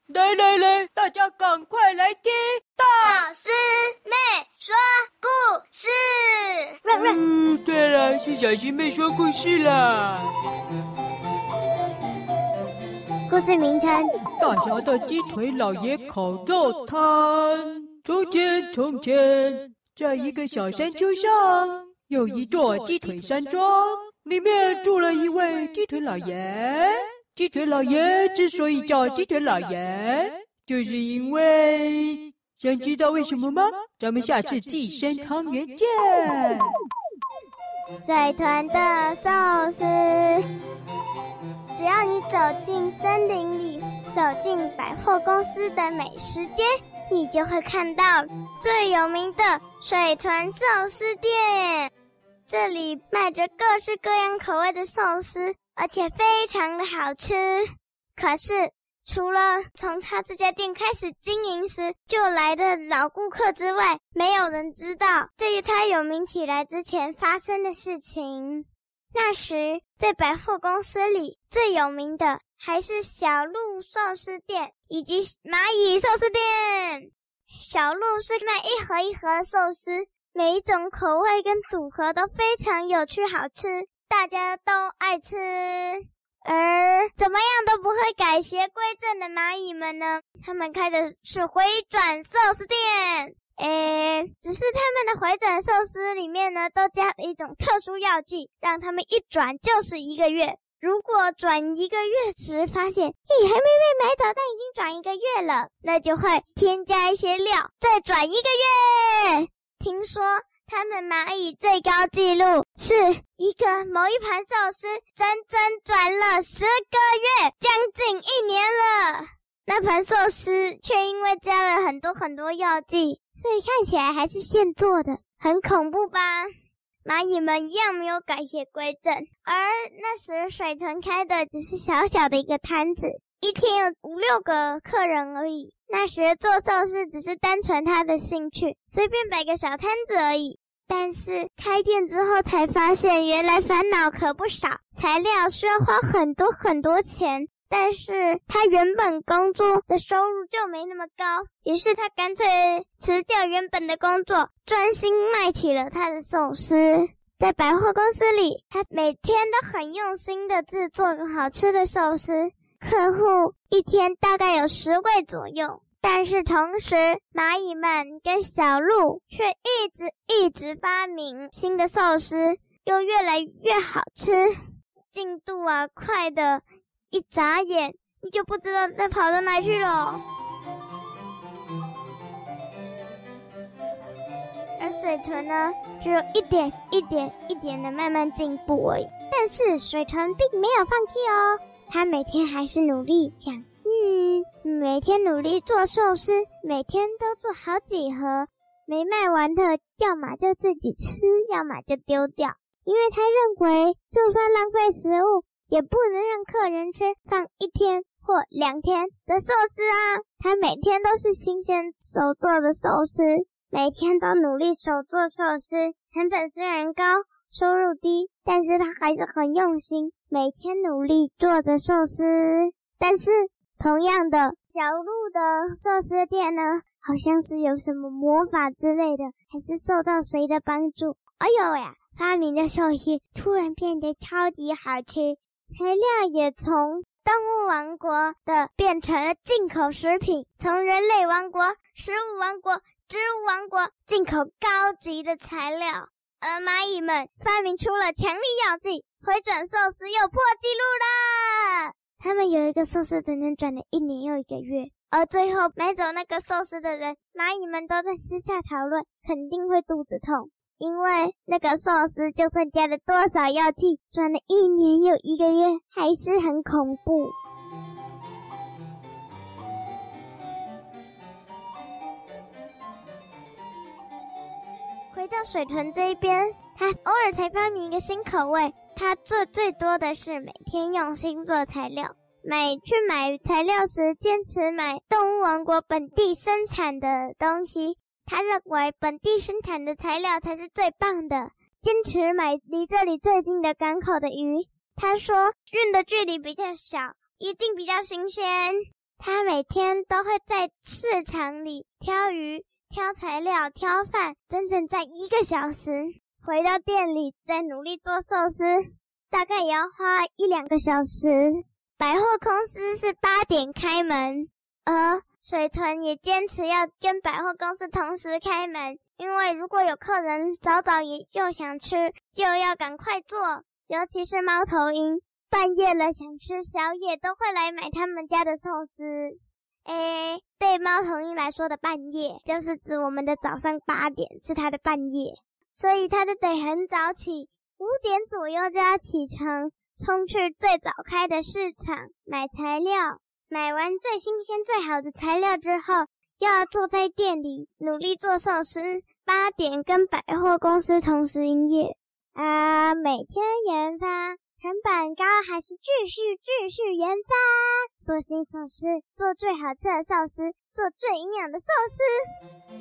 来，大家赶快来听老师妹说故事。 对了，是小师妹说故事啦。 故事名称： 大侠的鸡腿老爷烤肉摊。从前，在一个小山丘上，有一座鸡腿山庄，里面住了一位鸡腿老爷。鸡腿老爷之所以叫鸡腿老爷，就是因为……想知道为什么吗？咱们下次寄生汤圆见。 水豚的寿司。只要你走进森林里，走进百货公司的美食街，你就会看到最有名的水豚寿司店。这里卖着各式各样口味的寿司，而且非常的好吃。可是除了从他这家店开始经营时就来的老顾客之外，没有人知道在他有名起来之前发生的事情。那时在百货公司里最有名的还是小鹿寿司店以及蚂蚁寿司店。小鹿是卖一盒一盒的寿司，每一种口味跟组合都非常有趣好吃，大家都爱吃。而怎么样都不会改邪归正的蚂蚁们呢，他们开的是回转寿司店。只是他们的回转寿司里面呢，都加了一种特殊药剂，让他们一转就是1个月。如果转1个月时发现，还没被买走，但已经转1个月了，那就会添加一些料，再转1个月。听说他们蚂蚁最高纪录是一个某一盘寿司整整转了10个月，将近1年了。那盘寿司却因为加了很多药剂，所以看起来还是现做的，很恐怖吧？蚂蚁们一样没有改邪归正，而那时水豚开的只是小小的一个摊子，一天有5-6个客人而已。那时做寿司只是单纯他的兴趣，随便摆个小摊子而已。但是开店之后才发现，原来烦恼可不少，材料需要花很多钱，但是他原本工作的收入就没那么高，于是他干脆辞掉原本的工作，专心卖起了他的寿司。在百货公司里，他每天都很用心的制作好吃的寿司，客户一天大概有10位左右。但是同时，蚂蚁们跟小鹿却一直发明新的寿司，又越来越好吃，进度快的一眨眼你就不知道它跑到哪去了。而水豚呢，只有一点的慢慢进步而已。但是水豚并没有放弃哦，它每天还是努力想每天努力做寿司，每天都做好几盒，没卖完的要么就自己吃，要么就丢掉。因为他认为就算浪费食物，也不能让客人吃放1天或2天的寿司啊。他每天都是新鲜手做的寿司，每天都努力手做寿司，成本虽然高，收入低，但是他还是很用心，每天努力做的寿司。但是同样的，小鹿的寿司店呢，好像是有什么魔法之类的，还是受到谁的帮助？哎呦呀，发明的寿司突然变得超级好吃，材料也从动物王国的变成了进口食品，从人类王国、食物王国、植物王国进口高级的材料。而蚂蚁们发明出了强力药剂，回转寿司又破纪录了。他们有一个寿司整整转了1年又1个月，而最后买走那个寿司的人，蚂蚁们都在私下讨论，肯定会肚子痛，因为那个寿司就算加了多少药剂，转了1年又1个月，还是很恐怖。回到水豚这一边，他偶尔才发明一个新口味，他做最多的是每天用心做材料。去买材料时，坚持买动物王国本地生产的东西。他认为本地生产的材料才是最棒的，坚持买离这里最近的港口的鱼。他说运的距离比较小，一定比较新鲜。 他每天都会在市场里挑鱼、挑材料、挑饭，整整在1个小时。回到店里再努力做寿司，大概也要花1-2个小时。百货公司是8点开门，而水豚也坚持要跟百货公司同时开门，因为如果有客人早也又想吃，就要赶快做。尤其是猫头鹰，半夜了想吃宵夜，都会来买他们家的寿司。对猫头鹰来说的半夜，就是指我们的早上8点是它的半夜，所以它就得很早起，5点左右就要起床，冲去最早开的市场买材料。买完最新鲜最好的材料之后，又要坐在店里努力做寿司。8点跟百货公司同时营业。每天研发，成本高还是继续研发，做新寿司，做最好吃的寿司，做最营养的寿司。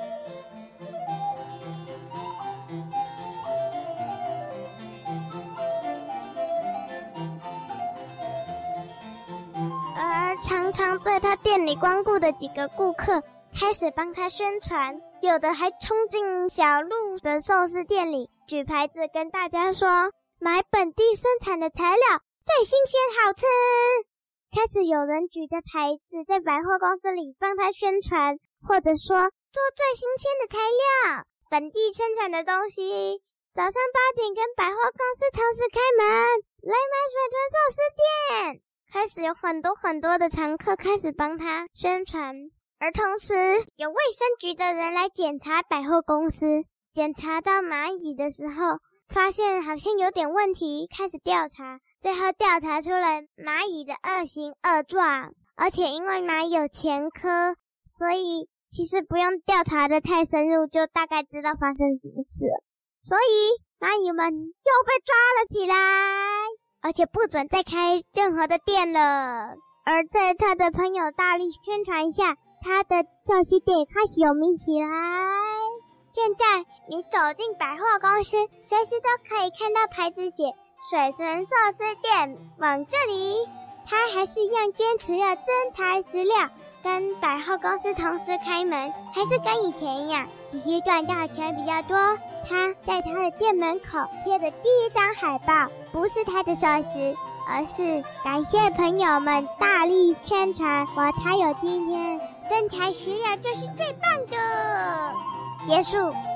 而常常在他店里光顾的几个顾客开始帮他宣传，有的还冲进小路的寿司店里举牌子跟大家说，买本地生产的材料，最新鲜好吃。开始有人举着牌子在百货公司里帮他宣传，或者说做最新鲜的材料，本地生产的东西。早上8点跟百货公司同时开门，来买水豚寿司店。开始有很多的常客开始帮他宣传，而同时有卫生局的人来检查百货公司，检查到蚂蚁的时候，发现好像有点问题，开始调查，最后调查出了蚂蚁的恶行恶状，而且因为蚂蚁有前科，所以其实不用调查的太深入，就大概知道发生什么事了。所以蚂蚁们又被抓了起来，而且不准再开任何的店了。而在他的朋友大力宣传下，他的寿司店也开始有名起来。现在你走进百货公司，随时都可以看到牌子写水豚寿司店往这里。他还是一样坚持要真材实料，跟百货公司同时开门，还是跟以前一样，只是赚到钱比较多。他在他的店门口贴的第一张海报，不是他的寿司，而是感谢朋友们大力宣传，他有今天，真材实料就是最棒的。结束。